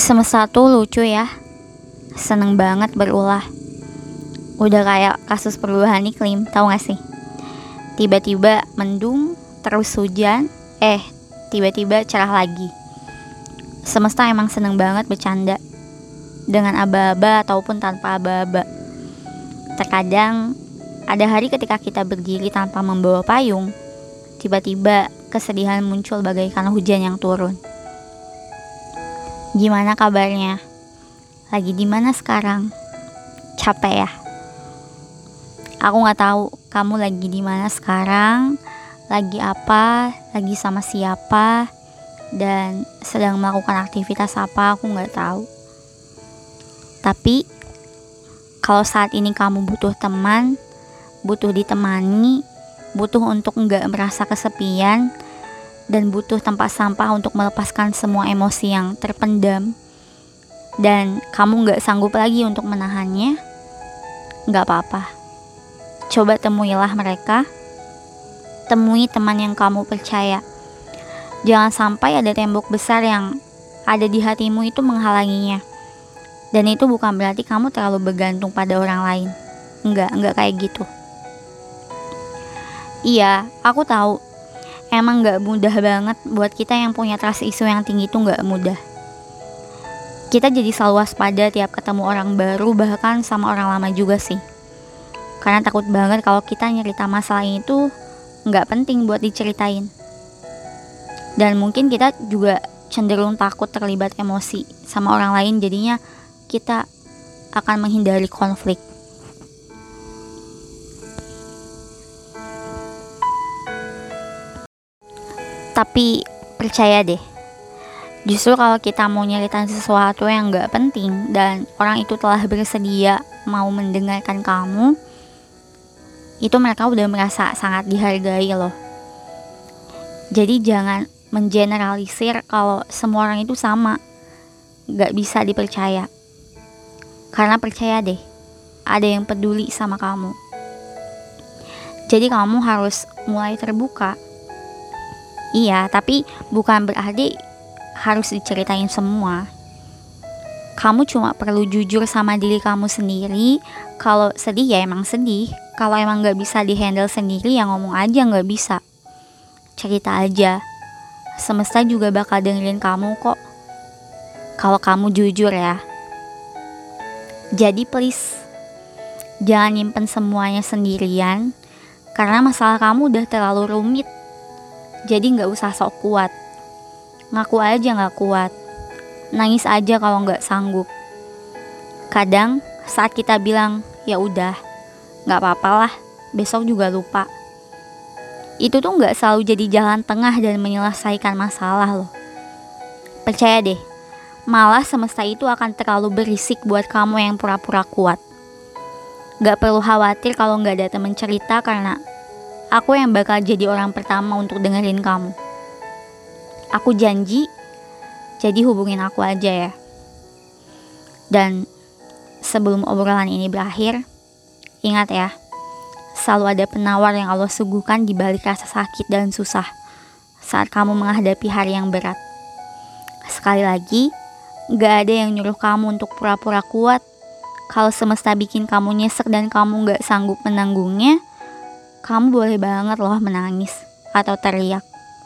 Semesta tuh lucu ya, seneng banget berulah. Udah kayak kasus perubahan iklim, tahu gak sih? Tiba-tiba mendung, terus hujan, tiba-tiba cerah lagi. Semesta emang seneng banget bercanda, dengan aba-aba ataupun tanpa aba-aba. Terkadang ada hari ketika kita berdiri tanpa membawa payung, tiba-tiba kesedihan muncul bagaikan hujan yang turun. Gimana kabarnya? Lagi di mana sekarang? Capek ya? Aku nggak tahu kamu lagi di mana sekarang, lagi apa, lagi sama siapa, dan sedang melakukan aktivitas apa, aku nggak tahu. Tapi kalau saat ini kamu butuh teman, butuh ditemani, butuh untuk nggak merasa kesepian, dan butuh tempat sampah untuk melepaskan semua emosi yang terpendam, dan kamu gak sanggup lagi untuk menahannya, gak apa-apa. Coba temuilah mereka, temui teman yang kamu percaya. Jangan sampai ada tembok besar yang ada di hatimu itu menghalanginya. Dan itu bukan berarti kamu terlalu bergantung pada orang lain. Enggak kayak gitu. Iya, aku tahu emang gak mudah banget buat kita yang punya trust issue yang tinggi itu gak mudah. Kita jadi selalu waspada tiap ketemu orang baru, bahkan sama orang lama juga sih. Karena takut banget kalau kita nyerita masalah itu gak penting buat diceritain. Dan mungkin kita juga cenderung takut terlibat emosi sama orang lain, jadinya kita akan menghindari konflik. Tapi percaya deh, justru kalau kita mau nyeritain sesuatu yang gak penting dan orang itu telah bersedia mau mendengarkan kamu, itu mereka udah merasa sangat dihargai loh. Jadi jangan mengeneralisir kalau semua orang itu sama, gak bisa dipercaya. Karena percaya deh, ada yang peduli sama kamu. Jadi kamu harus mulai terbuka. Iya, tapi bukan berarti harus diceritain semua. Kamu cuma perlu jujur sama diri kamu sendiri. Kalau sedih ya emang sedih. Kalau emang gak bisa dihandle sendiri ya ngomong aja gak bisa. Cerita aja. Semesta juga bakal dengerin kamu kok. Kalau kamu jujur ya. Jadi please, jangan nyimpen semuanya sendirian. Karena masalah kamu udah terlalu rumit. Jadi gak usah sok kuat. Ngaku aja gak kuat. Nangis aja kalau gak sanggup. Kadang saat kita bilang ya udah, gak apa-apa lah, besok juga lupa, itu tuh gak selalu jadi jalan tengah dan menyelesaikan masalah loh. Percaya deh, malah semesta itu akan terlalu berisik buat kamu yang pura-pura kuat. Gak perlu khawatir kalau gak ada temen cerita, karena aku yang bakal jadi orang pertama untuk dengerin kamu. Aku janji, jadi hubungin aku aja ya. Dan sebelum obrolan ini berakhir, ingat ya, selalu ada penawar yang Allah suguhkan di balik rasa sakit dan susah saat kamu menghadapi hari yang berat. Sekali lagi, gak ada yang nyuruh kamu untuk pura-pura kuat. Kalau semesta bikin kamu nyesek dan kamu gak sanggup menanggungnya, kamu boleh banget loh menangis atau teriak.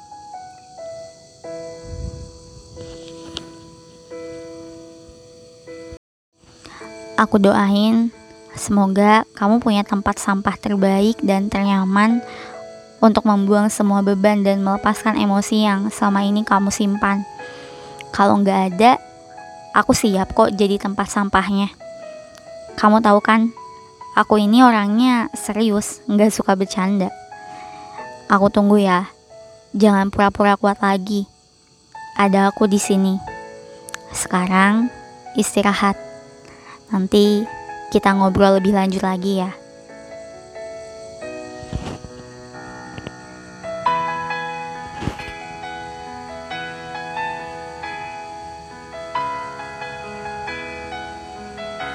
Aku doain semoga kamu punya tempat sampah terbaik dan ternyaman untuk membuang semua beban dan melepaskan emosi yang selama ini kamu simpan. Kalau nggak ada, aku siap kok jadi tempat sampahnya. Kamu tahu kan, aku ini orangnya serius, nggak suka bercanda. Aku tunggu ya, jangan pura-pura kuat lagi. Ada aku di sini. Sekarang istirahat. Nanti kita ngobrol lebih lanjut lagi ya.